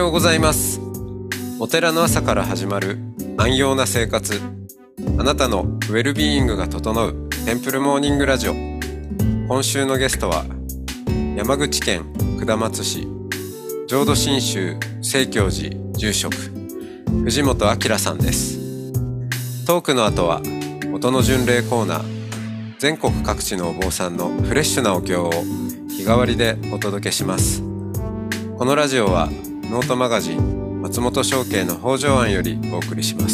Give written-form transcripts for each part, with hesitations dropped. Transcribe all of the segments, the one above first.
ようございます。お寺の朝から始まる安養な生活、あなたのウェルビーイングが整うテンプルモーニングラジオ。今週のゲストは山口県下松市浄土真宗聖教寺住職藤本明さんです。トークの後は音の巡礼コーナー、全国各地のお坊さんのフレッシュなお経を日替わりでお届けします。このラジオはノートマガジン松本商家の北条庵よりお送りします。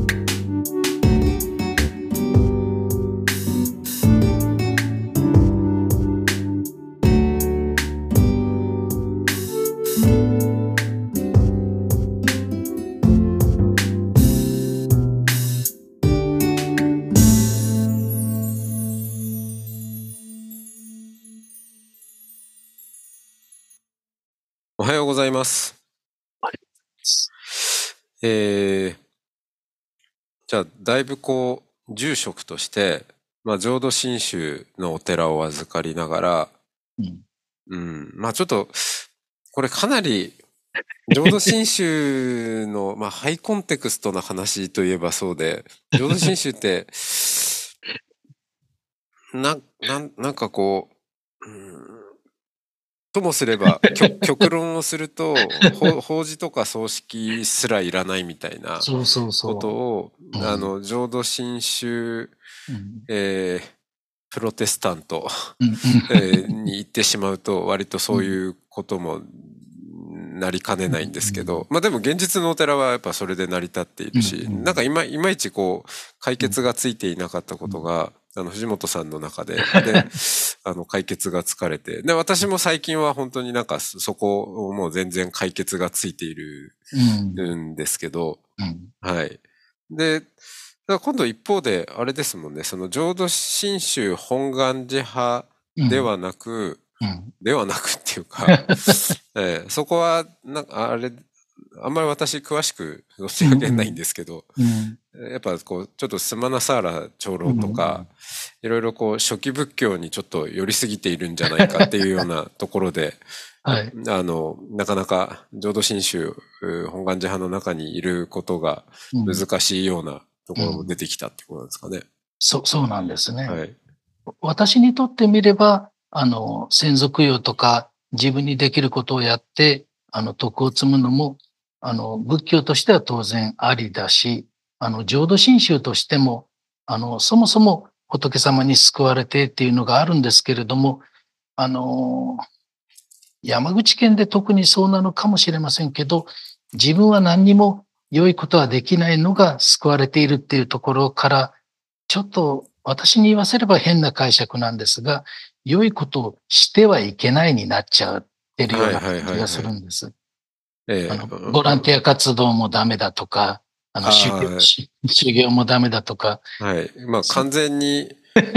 おはようございます。じゃあだいぶ住職として、浄土真宗のお寺を預かりながら、ちょっとこれかなり浄土真宗のハイコンテクストな話といえばそうで、浄土真宗ってなんかともすれば極論をすると法事とか葬式すらいらないみたいなことを浄土真宗、プロテスタント、に言ってしまうと割とそういうこともなりかねないんですけど、でも現実のお寺はやっぱそれで成り立っているし、なんかいまいち解決がついていなかったことが藤本さんの中で解決がつかれて、で私も最近は本当になんかそこをもう全然解決がついているんですけど、はい。で今度一方であれですもんね、その浄土真宗本願寺派ではなく、っていうか、そこはなんかあんまり私詳しく申し上げないんですけど、やっぱちょっとスマナサーラ長老とか、いろいろ初期仏教にちょっと寄りすぎているんじゃないかっていうようなところで、なかなか浄土真宗本願寺派の中にいることが難しいようなところも出てきたってことなんですかね。 そうなんですね。はい、私にとってみれば、先祖供養とか自分にできることをやって、徳を積むのも、仏教としては当然ありだし、浄土真宗としても、そもそも仏様に救われてっていうのがあるんですけれども、山口県で特にそうなのかもしれませんけど、自分は何にも良いことはできないのが救われているっていうところから、ちょっと私に言わせれば変な解釈なんですが、良いことをしてはいけないになっちゃってるような感じがするんです。ボランティア活動もダメだとか、修行もダメだとか。 はい。完全に、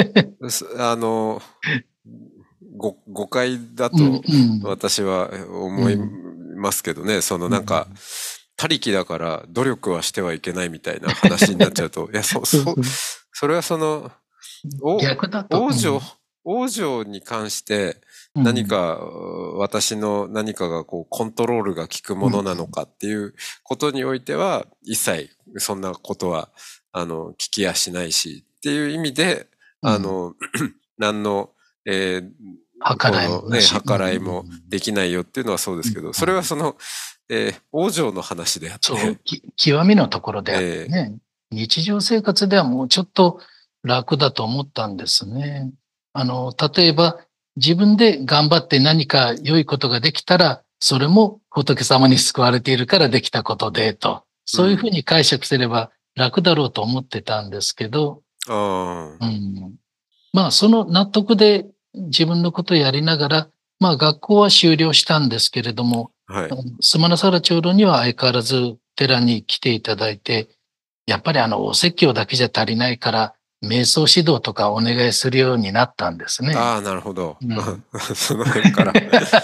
誤解だと私は思いますけどね。なんか、他力だから努力はしてはいけないみたいな話になっちゃうと、いや、それは逆だと。 往生に関して何か私の何かがコントロールが効くものなのかっていうことにおいては一切そんなことは聞きやしないしっていう意味で何の計らいもできないよっていうのはそうですけど、それは往生の話であって。 そう、極みのところであってね、日常生活ではもうちょっと楽だと思ったんですね。例えば自分で頑張って何か良いことができたら、それも仏様に救われているからできたことでと、そういうふうに解釈すれば楽だろうと思ってたんですけど、その納得で自分のことをやりながら、学校は修了したんですけれども、スマナサラ長老には相変わらず寺に来ていただいて、やっぱりお説教だけじゃ足りないから、瞑想指導とかお願いするようになったんですね。 なるほど。その辺から。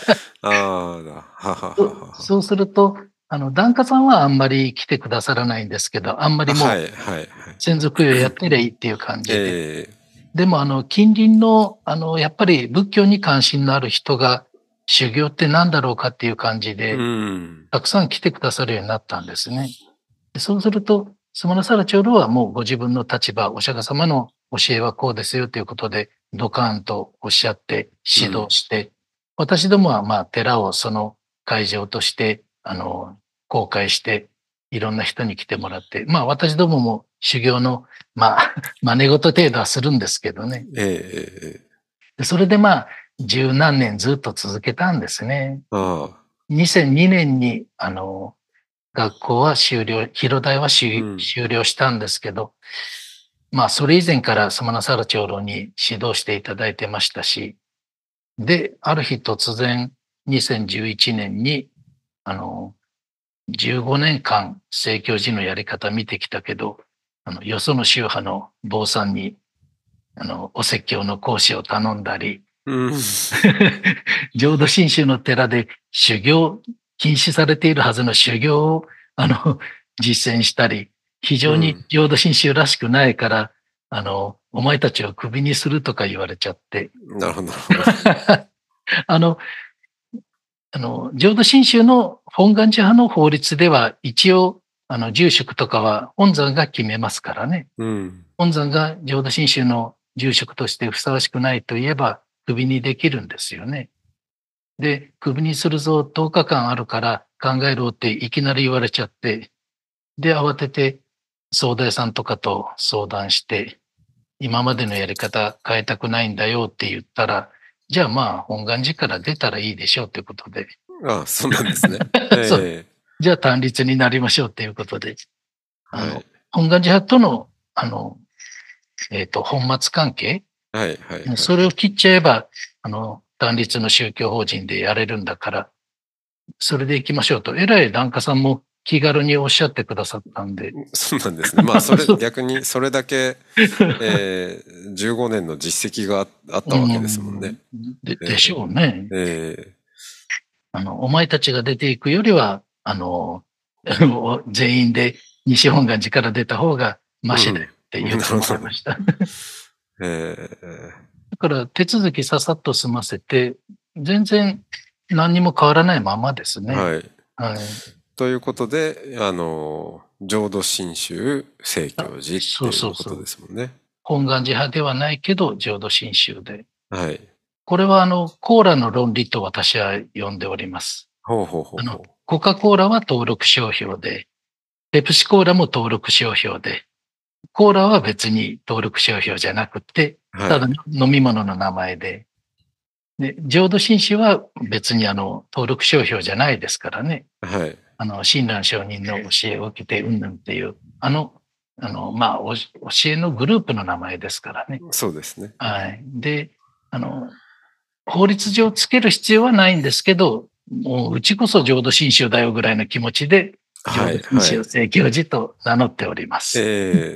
そうすると、檀家さんはあんまり来てくださらないんですけど、あんまりもう、先祖供養やってりゃいいっていう感じで。でも近隣の、やっぱり仏教に関心のある人が修行って何だろうかっていう感じで、 うん。 たくさん来てくださるようになったんですね。でそうすると、スマナサラ長老はもうご自分の立場、お釈迦様の教えはこうですよということで、ドカーンとおっしゃって指導して、私どもはまあ寺をその会場として、公開して、いろんな人に来てもらって、まあ私どもも修行の、まあ、真似事程度はするんですけどね。でそれでまあ、十何年ずっと続けたんですね。2002年に、学校は終了、広大は終了したんですけど、まあ、それ以前からサマナサラ長老に指導していただいてましたし、で、ある日突然、2011年に、15年間、聖教寺のやり方見てきたけど、よその宗派の坊さんに、お説教の講師を頼んだり、浄土真宗の寺で修行、禁止されているはずの修行を、実践したり、非常に浄土真宗らしくないから、お前たちをクビにするとか言われちゃって。 なるほど。 浄土真宗の本願寺派の法律では、一応、住職とかは本山が決めますからね。本山が浄土真宗の住職としてふさわしくないといえば、クビにできるんですよね。で、クビにするぞ、10日間あるから考えろっていきなり言われちゃって、で、慌てて総大さんとかと相談して、今までのやり方変えたくないんだよって言ったら、じゃあまあ本願寺から出たらいいでしょうということで。 ああ、そうなんですね。 じゃあ単立になりましょうということで。本願寺派との、本末関係、それを切っちゃえば、単立の宗教法人でやれるんだから、それで行きましょうと、偉い檀家さんも気軽におっしゃってくださったんで。 そうなんですね。まあ、逆にそれだけ、15年の実績があったわけですもんね。 でしょうね。お前たちが出ていくよりは、全員で西本願寺から出た方がマシだよって言ってもらいました。だから手続きささっと済ませて、全然何にも変わらないままですね。 ということで、浄土真宗聖教寺っていうことですもんね。 本願寺派ではないけど、浄土真宗で。これはコーラの論理と私は呼んでおります。コカ・コーラは登録商標で、ペプシコーラも登録商標で、コーラは別に登録商標じゃなくて、ただ飲み物の名前で、浄土真宗は別に登録商標じゃないですからね。親鸞上人の教えを受けてうんぬんっていう、まあ、教えのグループの名前ですからね。 そうですね。 で、法律上つける必要はないんですけど、もううちこそ浄土真宗だよぐらいの気持ちで、浄土真宗聖教寺と名乗っております。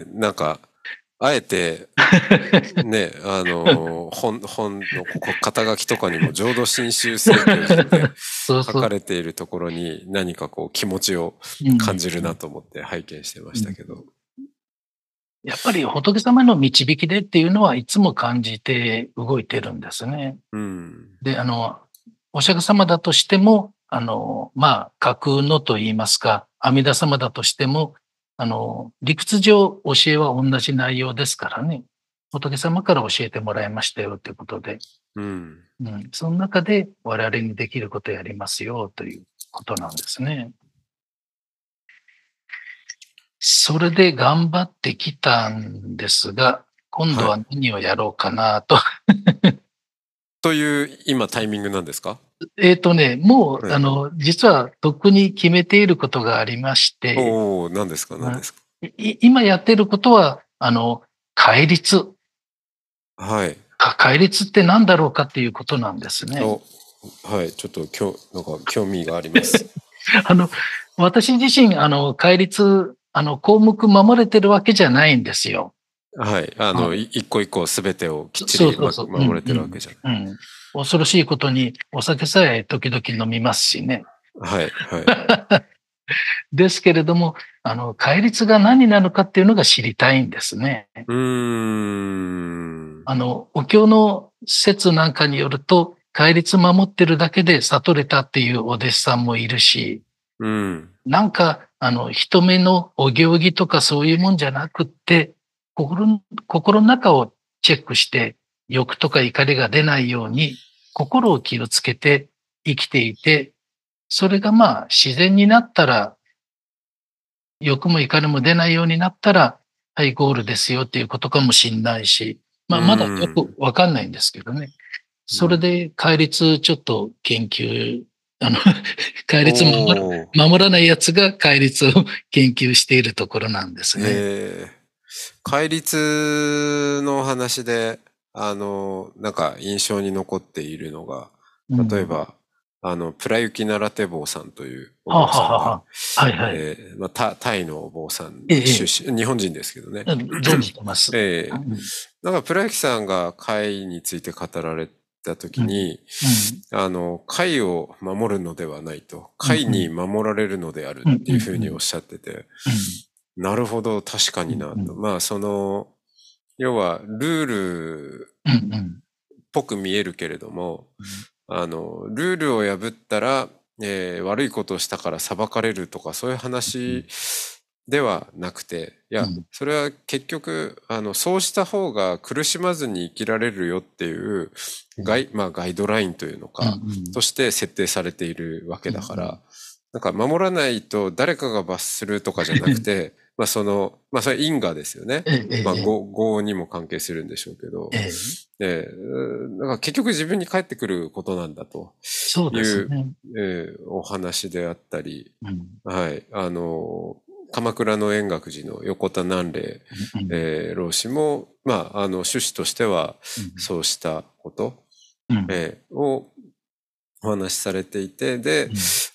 なんか、あえて、ね、本の肩書きとかにも浄土真宗聖教寺って書かれているところに何かこう気持ちを感じるなと思って拝見してましたけど。 やっぱり仏様の導きでっていうのはいつも感じて動いてるんですね。で、お釈迦様だとしても、まあ、架空のと言いますか、阿弥陀様だとしても、理屈上教えは同じ内容ですからね。仏様から教えてもらいましたよということで。その中で我々にできることをやりますよということなんですね。それで頑張ってきたんですが、今度は何をやろうかなと。 という今タイミングなんですか？ もう、実はとっくに決めていることがありまして。 何ですか？ 今やってることは、戒律。戒律って何だろうかっていうことなんですね。 はい、ちょっとなんか興味があります。 私自身、戒律、項目守れてるわけじゃないんですよ。 一個一個すべてをきっちり守れてるわけじゃない。 恐ろしいことに、お酒さえ時々飲みますしね。ですけれども、戒律が何なのかっていうのが知りたいんですね。お経の説なんかによると、 戒律守ってるだけで悟れたっていうお弟子さんもいるし、 うん。 なんか、人目のお行儀とかそういうもんじゃなくって、心の中をチェックして、欲とか怒りが出ないように、心を気をつけて生きていて、それがまあ自然になったら、欲も怒りも出ないようになったら、はい、ゴールですよっていうことかもしんないし、まあまだよくわかんないんですけどね。それで戒律ちょっと研究、戒律守らないやつが戒律を研究しているところなんですね。 戒律の話で、なんか印象に残っているのが、例えば、プラユキナラテ坊さんというお坊さんが、 はいはい。 タイのお坊さん出身、日本人ですけどね。 存じてます。 なんかプラユキさんが戒について語られたときに、戒を守るのではないと、戒に守られるのであるっていうふうにおっしゃってて、なるほど、確かになと。まあ、要は、ルールっぽく見えるけれども、ルールを破ったら、悪いことをしたから裁かれるとか、そういう話ではなくて、いや、それは結局、そうした方が苦しまずに生きられるよっていうガイドラインというのか、として設定されているわけだから、なんか守らないと誰かが罰するとかじゃなくて、それ因果ですよね。業にも関係するんでしょうけど、だから結局自分に返ってくることなんだという、お話であったり、はい、鎌倉の円覚寺の横田南霊、老子も、趣旨としてはそうしたこと、をお話しされていて、で、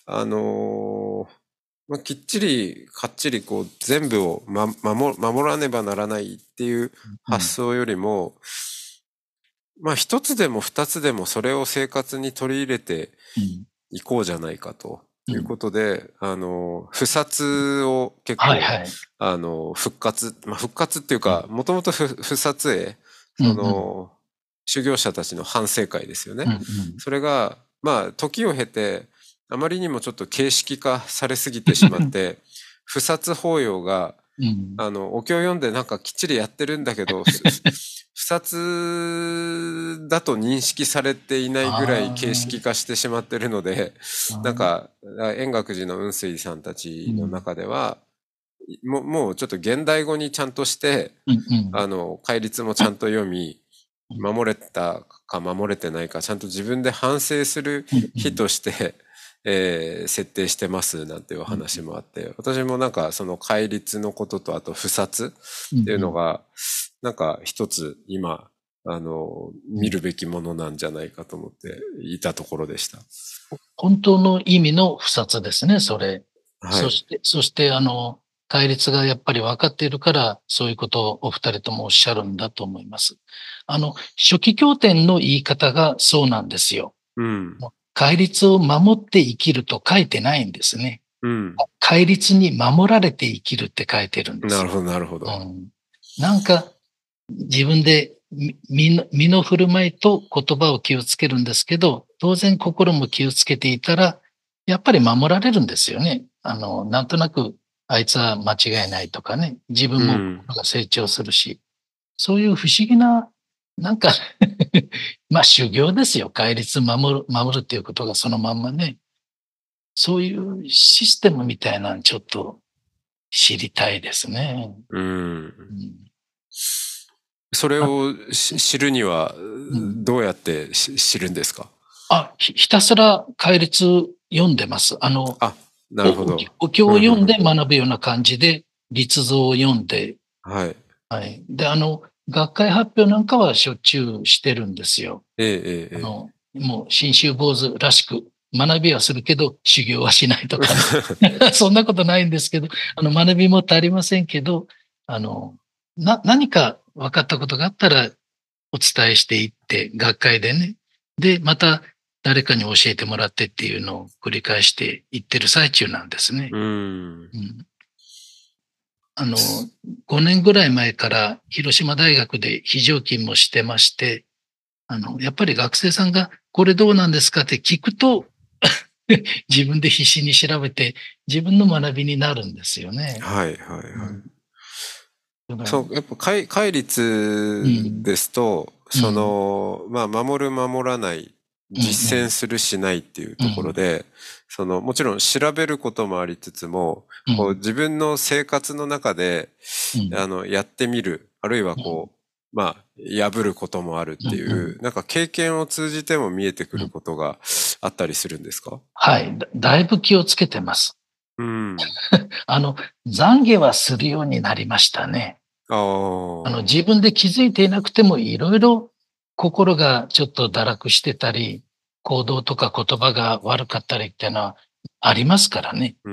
きっちりかっちりこう全部を、守らねばならないっていう発想よりも、一つでも二つでもそれを生活に取り入れていこうじゃないかということで、不殺を結構、復活っていうか、もともと不殺へ、修行者たちの反省会ですよね。それが、時を経て、あまりにもちょっと形式化されすぎてしまって、不殺法要が、お経を読んでなんかきっちりやってるんだけど、不殺だと認識されていないぐらい形式化してしまってるので、なんか、円覚寺の雲水さんたちの中では、もうちょっと現代語にちゃんとして、戒律もちゃんと読み、守れたか守れてないか、ちゃんと自分で反省する日として、設定してますなんていうお話もあって、私もなんかその戒律のこととあと不殺っていうのが、なんか一つ今、見るべきものなんじゃないかと思っていたところでした。 本当の意味の不殺ですね、それ。はい、そして戒律がやっぱり分かっているから、そういうことをお二人ともおっしゃるんだと思います。初期経典の言い方がそうなんですよ。戒律を守って生きると書いてないんですね。戒律に守られて生きるって書いてるんですよ。 なるほど、なるほど。 なんか、自分で身の振る舞いと言葉を気をつけるんですけど、当然心も気をつけていたら、やっぱり守られるんですよね。なんとなく、あいつは間違いないとかね、自分も心が成長するし、そういう不思議な、なんか修行ですよ。戒律守るっていうことがそのまんまね。そういうシステムみたいなのちょっと知りたいですね。 それを知るにはどうやって知るんですか？ ひたすら戒律読んでます。 なるほど。 お経を読んで学ぶような感じで、律蔵を読んで、 はい。 はい。で、学会発表なんかはしょっちゅうしてるんですよ。もう、新州坊主らしく、学びはするけど、修行はしないとか、ね、そんなことないんですけど、学びも足りませんけど、何か分かったことがあったら、お伝えしていって、学会でね。で、また、誰かに教えてもらってっていうのを繰り返していってる最中なんですね。5年ぐらい前から広島大学で非常勤もしてまして、 やっぱり学生さんがこれどうなんですかって聞くと、自分で必死に調べて自分の学びになるんですよね。 はいはいはい。そう、やっぱ戒う律ん、 ですと、 うん、 まあ、守る守らない、 うん、 実践するしないっていうところうん、 で、もちろん調べることもありつつも、 うん、 自分の生活の中で、 うん、 やってみる、あるいはうん、 まあ、破ることもあるっていうん、 う、なんか経験を通じても見えてくることがあったりするんですか？ はい、だいぶ気をつけてます。 うん。 あの、懺悔はするようになりましたね。 ああ。 自分で気づいていなくてもいろいろ心がちょっと堕落してたり、行動とか言葉が悪かったりっていうのはありますからね。 うん。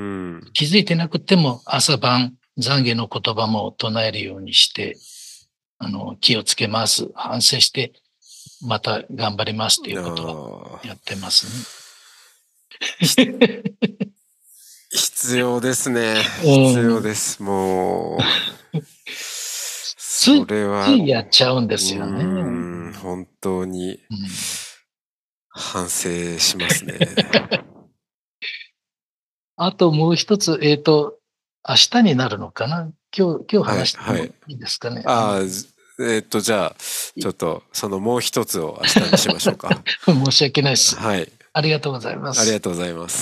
気づいてなくても朝晩懺悔の言葉も唱えるようにして、気をつけます。反省して、また頑張りますということはああ。 やってますね。 必要ですね。 う必要ん。 です。もう、そつい、 れは、 ついやっちゃうんですよね。 本当にうん。 反省しますね。 あともう一つ、明日になるのかな。今日はい、 話してもはい。 いいですかね。 ああ、じゃあ、ちょっと、そのもう一つを明日にしましょうか。 申し訳ないです。 はい。 ありがとうございます。 ありがとうございます。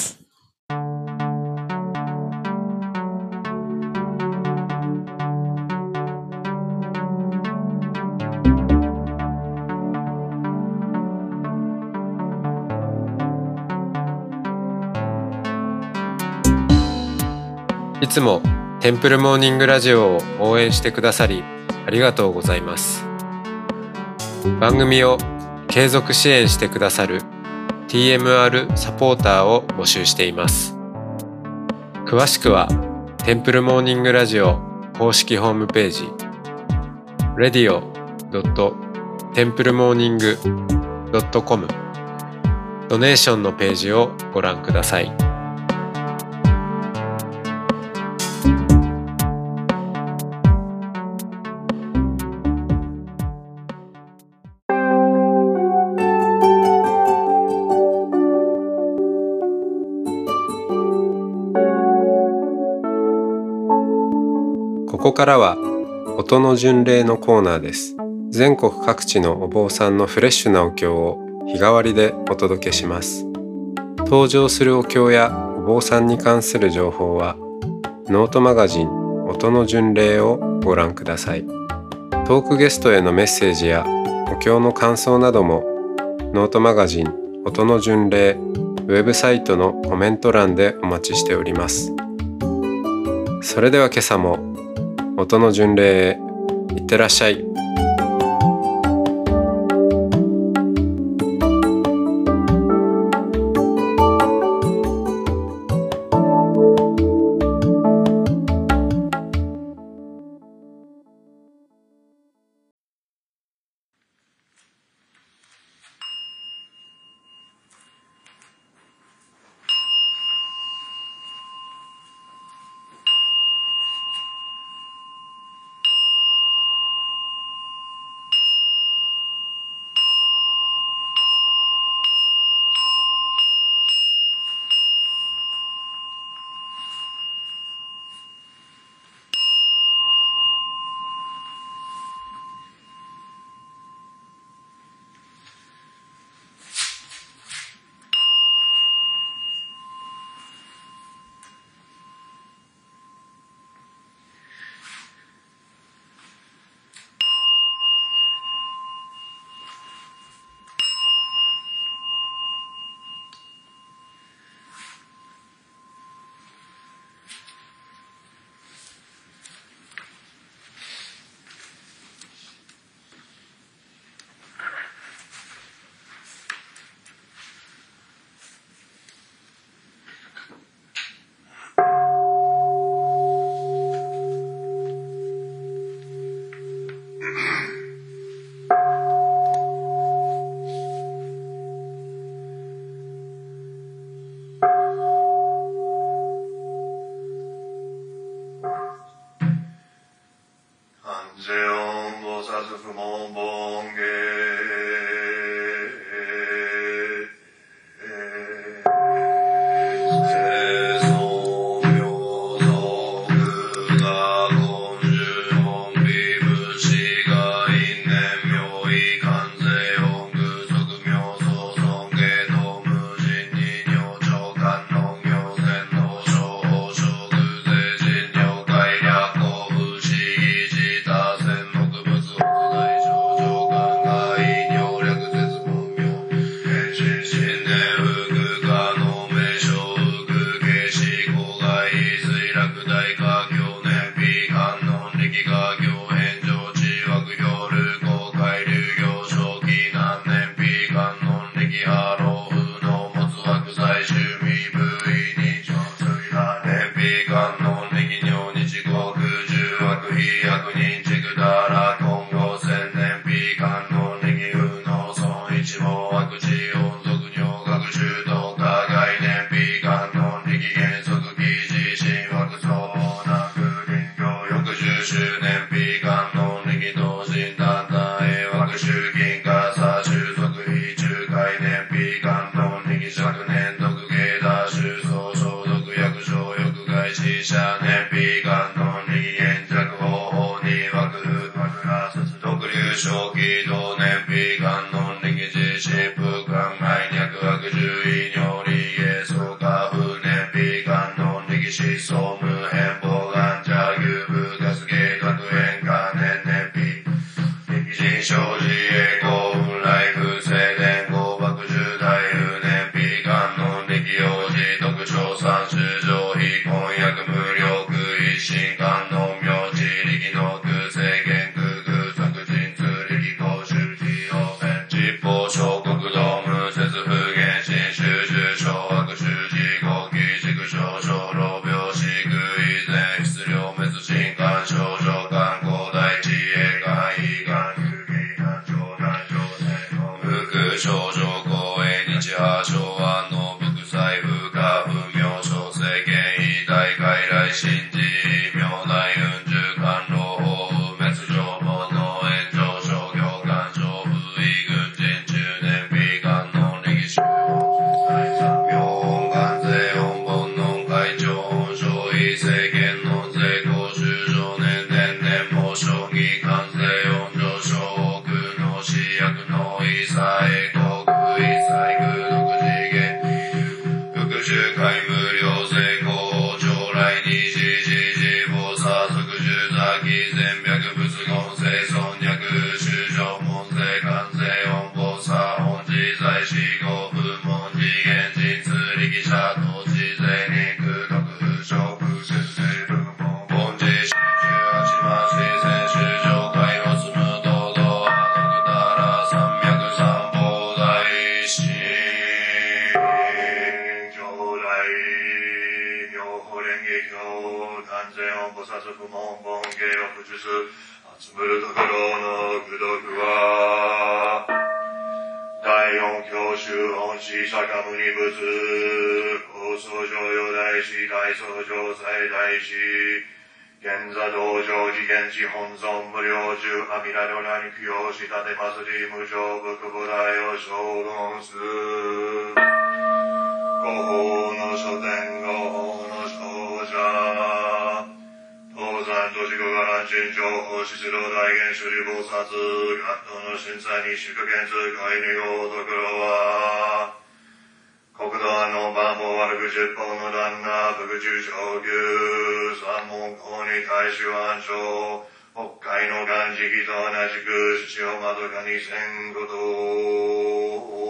いつもテンプルモーニングラジオを応援してくださりありがとうございます。番組を継続支援してくださる TMR サポーターを募集しています。詳しくはテンプルモーニングラジオ公式ホームページ radio.templemorning.com ドネーションのページをご覧ください。ここからは音の巡礼のコーナーです。全国各地のお坊さんのフレッシュなお経を日替わりでお届けします。登場するお経やお坊さんに関する情報はノートマガジン音の巡礼をご覧ください。トークゲストへのメッセージやお経の感想などもノートマガジン音の巡礼ウェブサイトのコメント欄でお待ちしております。それでは今朝も音の巡礼へいってらっしゃい。 観世音菩薩不門盆芸小気道燃費観音力自疾風観外脈悪獣医尿理栄相化風燃費観音力疾走無変防眼茶牛部ガス芸学園化年燃費力人生自栄幸運来風静電合爆重大風燃費観音力用事特徴三種上非婚約無料空一心観音名字力の空制限空空特人通力公衆費用面実法小国道無節不言新種重小悪臭事後期畜生小老病死空以前質量滅心肝症状肝広大地栄肝胃肝有機肝腸胆腸性の副症状公営日波昭和の副細部下不明小世間異大外来神事妙内運重官老法滅上門の炎上商業官商不意軍人中年美観の力士妙音官税音本能会長本省意政権の税公衆少年年々猛将棋官税音上昇奥の死役の異彩国一切空独次元復讐会無料成功将来二次時事暴殺即重座記全脈仏言生存略衆上門税関税音暴殺本自在死後不問次元人通力者統治税人空独不償不節税不問本自真中八万四千衆上海を住む堂々あのくだら三脈三宝大師将来妙法蓮華経関税音菩薩不問本芸を不術集むるところの功徳は第四教宗本師釈迦牟尼仏高僧上陽大師大僧上最大師現座道場次元地本尊無料中阿弥陀如来供養し立てますり無常仏母大を称論す五法の書店五法の長者東山都市五伽藍陳情報出老大元処理菩薩学徒の審査に祝見通会にごところは国土安の万法悪く十本の旦那副中上級三門公に大衆安省北海の元時期と同じく父をまどかにせんこと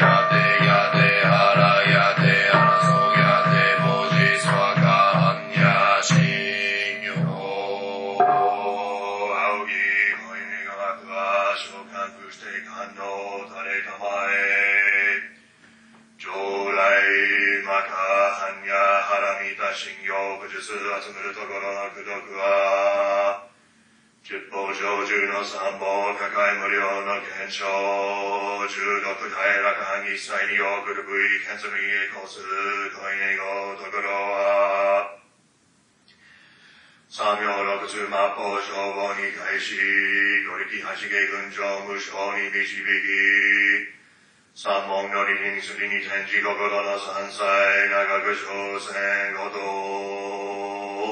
や信行武術集めるところの功徳は、十法上十の三宝、抱え無料の検証、十毒平らか一切に送る部位、検査にこす、恋にごところは、三名六通末法消防に対し、五力八下群青無償に導き、三門より人すりに天地心の三歳、長く小戦ごと、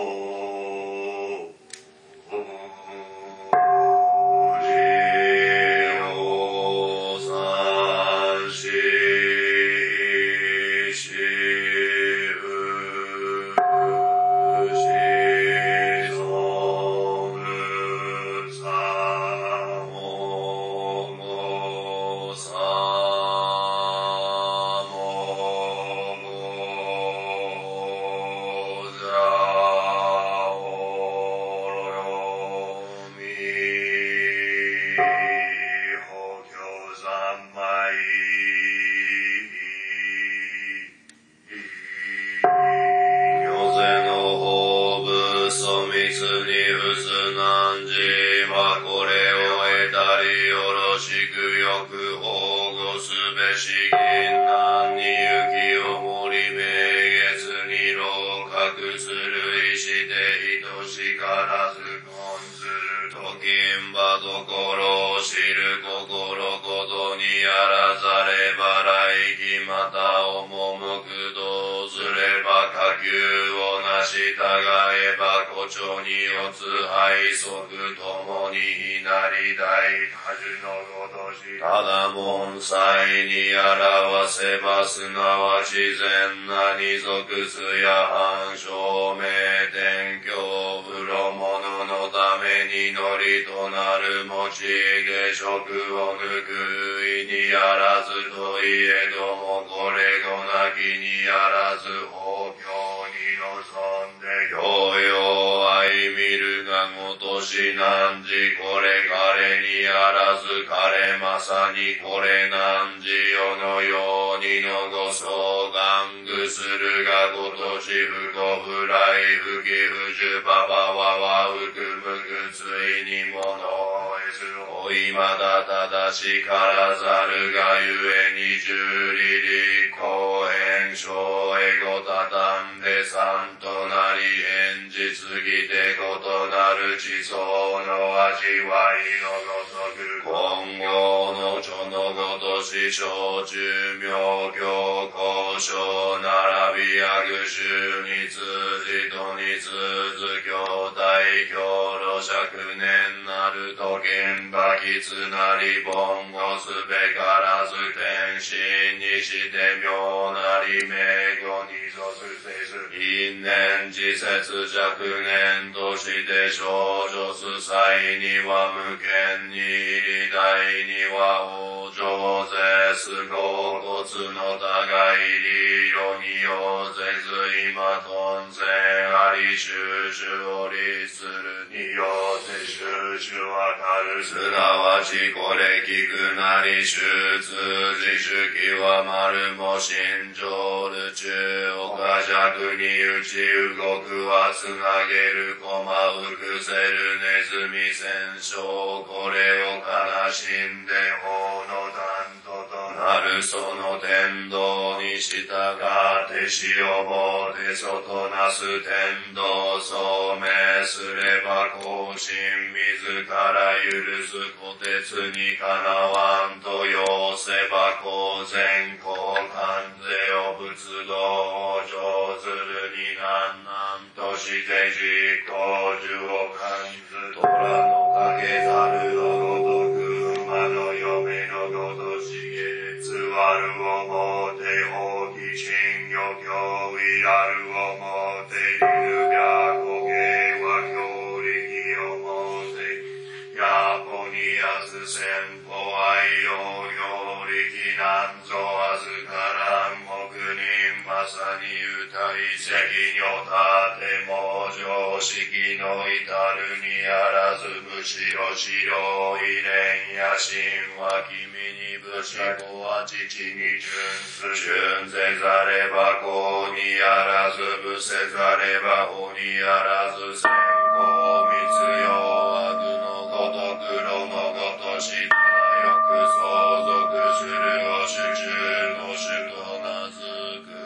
ただ門際に表せばすなわち善なに属すや反証明天教風呂物のためにのりとなる持ち下食を抜く意にあらずといえどもこれごなきにあらず法教に臨んで教養愛見るがごとしなんじこれ彼にあらず彼まさにこれなんじ世のようにのご相願ぐするがごとし不ご不来不義不樹ばばわわうくむくついにものえずおいまだただしからざるがゆえに十里立公変小エゴたたんで三となり変実義で異なる地層の味わいのごとく今後の著のごとし小中妙教交渉並びやぐ衆に通じとに通ず兄弟教路釈年なると現場きつなり凡語すべからず天心にして妙なり名語に属せず因年自節若年として少女す際には無権に利大には往生ぜす合骨の互い理論に応ぜず今頓然あり収集を律するによって収集わかるすなわちこれ聞くなり手通自主記は丸も心情る中岡弱に打ち動くはつなげる駒うくせるネズミ戦勝これを悲しんで法の担当となるその天道に従って死をもて外なす天道聡明すれば後進自ら許す虎鉄にかなわんと要せば公然公関税を仏道を上ずるになんなんとして実行樹を感ず虎の影ざるのごとく馬の嫁のごとしげつわるをもて大き珍魚教威あるをもてりるびゃこげは教力をもてやぽにあず先方愛用行力なんぞあずからん黙人まさに歌い責任を立て申常識の至るにあらずむしろ白い蓮や神は君にぶし子は父に純せざれば子にあらずぶせざれば子にあらず先行密用悪のごと黒のごとしたらよく相続するを主従の主と名付く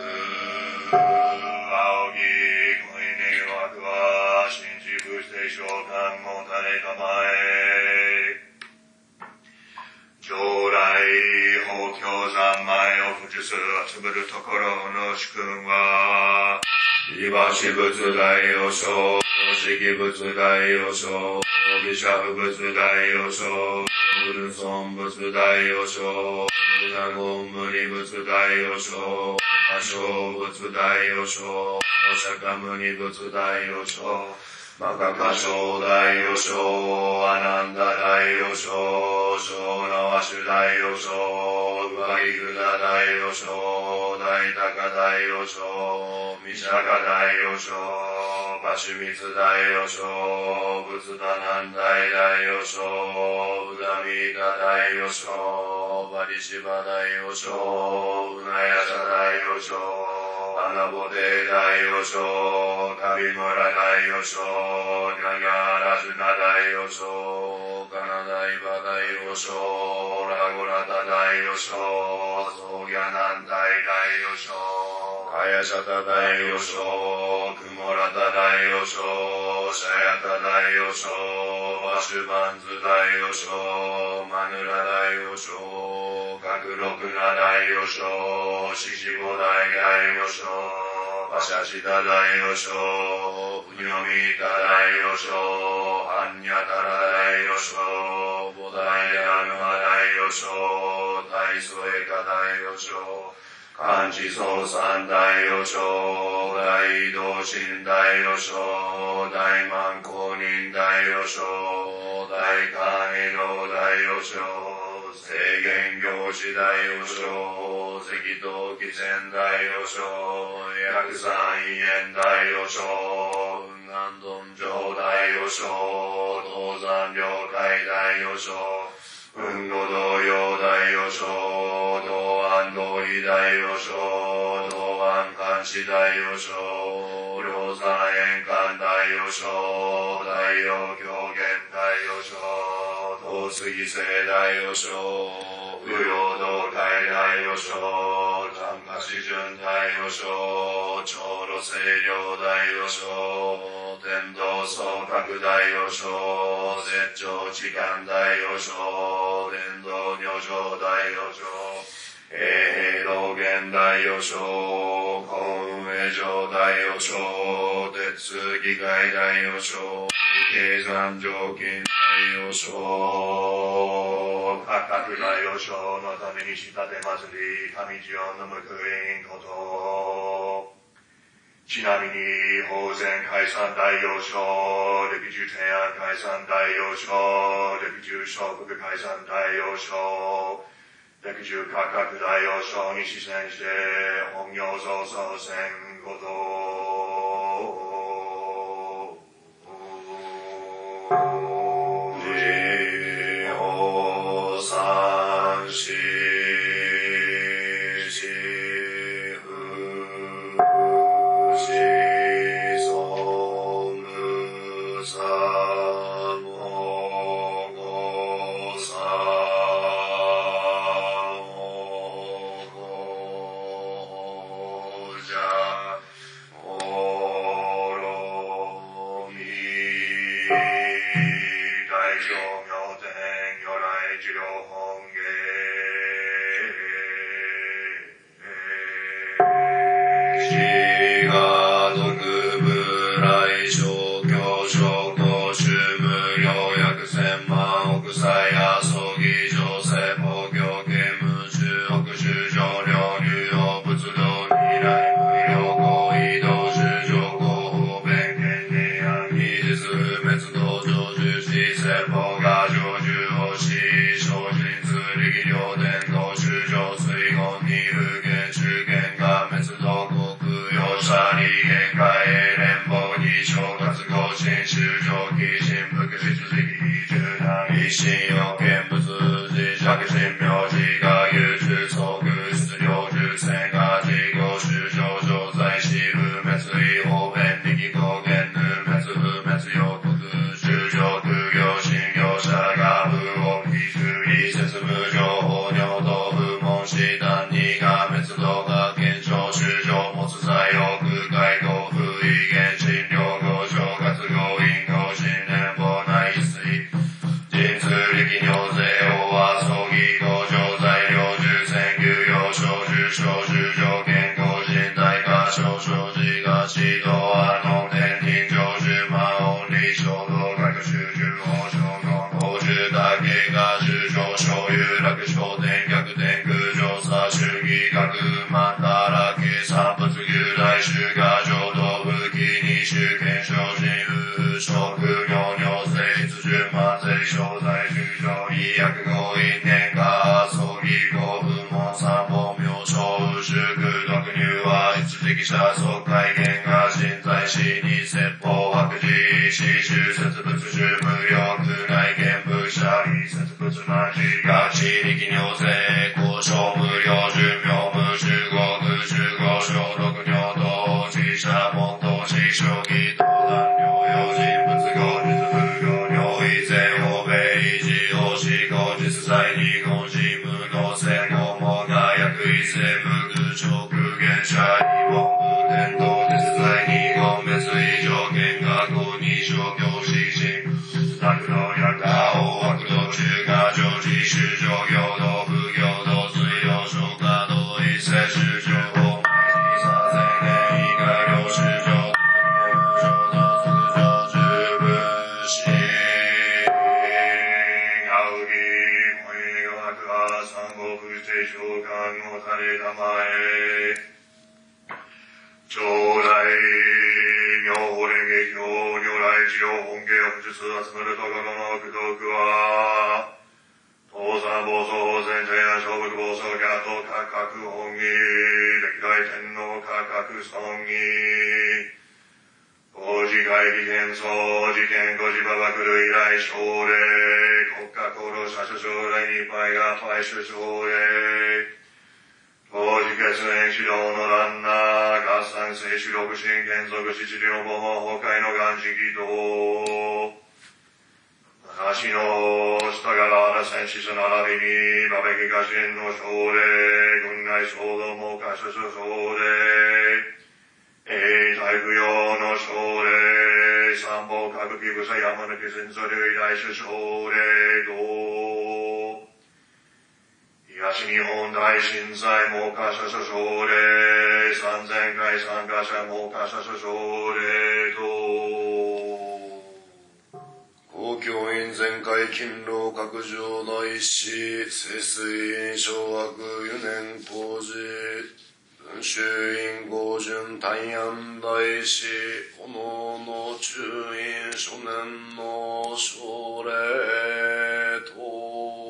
青木恋に枠は信じ不正召喚もたれたまえ将来法教三昧を不術集めるところの主君は居場し仏大予想式仏大予想微釈仏大予想ウルソン仏大予想ウナゴンムニ仏大予想魔性仏大予想釈迦牟尼仏大予想マカカ小大予想アナンダ大予想小ナワシュ大予想ウバギグダ大予想大高大予想ミシャカ大予想パシュミツ大予想仏ダナンダイ大予想ウダミダ大予想バリシバ大予想ウナヤシャ大予想アナボデ大予想カビムラ大予想ナガラジュナ大予想カナダイバ大予想ラゴラタ大予想ソギャナン大大予想カヤシャタ大予想クモラタ大予想シャヤタ大予想ワシュバンズ大予想マヌラ大予想カクロクナ大予想シシボ大大予想パシャシタ大予想ウニョミタ大予想アンニャタラ大予想ボダイヤヌマ大予想大ソエカ大予想漢字総三大予想大道神大予想大満公認大予想大官への大予想制限行事大予想赤道汽船大予想薬山医園大予想雲南頓上大予想東山領海大予想雲後道陽大予想道安道医大予想道安監視大予想梁山円環大予想大陽狂言大予想東杉聖大予想不陽道海大予想丹下四順大予想長路清涼大予想天道総覚大予想絶頂時間大予想天道女上大予想永平道元大予想本運営上大予想鉄議会大予想経産条件大予想価格大予想のために仕立て祭り上地音の報いんことちなみに法然解散大予想歴中天安解散大予想歴中小国解散大予想歴中価格大予想に視線して本業造創戦こと自法三四滅道成就し説法が成就をし少女種検証人夫婦職業尿税必需慢税商材重症医薬強引年化葬儀公部門三本病床宿毒入は一時した総会原価新在市に説法枠事死臭設物種無料区内見部者非設物慢事学地力尿税交渉無料寿命無集合無集合消毒尿道自社本当地将棋登壇療養人物後日無料尿意税欧米維持応し後日在日本事務の成功もが薬医生無具直言者非本部伝統実在日本滅異条件学校に消去指針悪道薬大悪道中華常時修上行道不行道水曜消化道一世修上法前さ前年以下領修上消道即上中部心青木本営学派三国正召喚の垂れたまえ長大妙法蓮華経如来治療本家不術集めるところの功徳は東山暴走法前提な小仏暴走キャット価格本義歴代天皇価格尊義工事会議変装事件誤字馬爆類来奨励国家功労者諸奨励にパイがパイ諸奨励当時決年指導の旦那合算聖主六神眷属七両母法崩壊の元式と話の下から戦死者並びに馬べき家臣の奨励軍内衝動も過諸奨励大不要の奨励三宝歌舞伎武者山抜き戦争類大種奨励と東日本大震災猛火者諸奨励3000回参加者猛火者諸奨励と公教員全会勤労閣上大師清水院昭和4年工事文衆院合順大安大師炎の中院初年の奨励と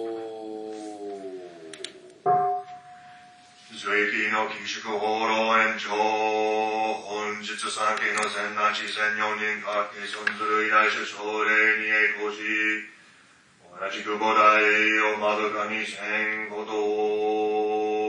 随記の寄宿放浪延長本日三期の千那地千四人各家尊ずる依頼者奨励に栄光し同じく五代をまどかに千五道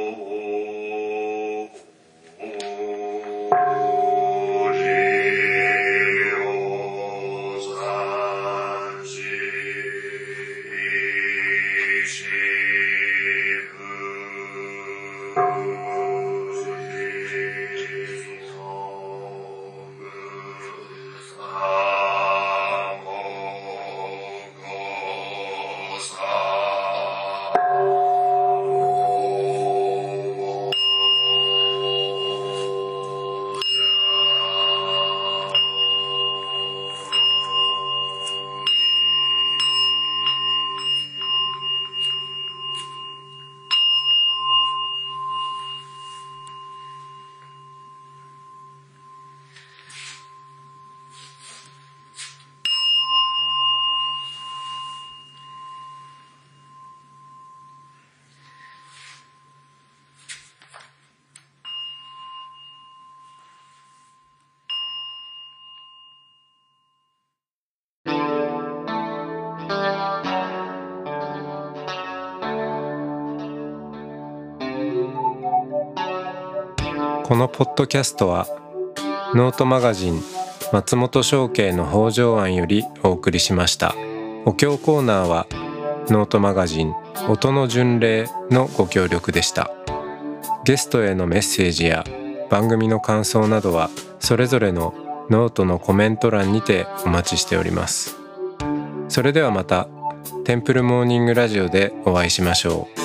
このポッドキャストはノートマガジン松本商家の北条庵よりお送りしました。お経コーナーはノートマガジン音の巡礼のご協力でした。ゲストへのメッセージや番組の感想などはそれぞれのノートのコメント欄にてお待ちしております。それではまたテンプルモーニングラジオでお会いしましょう。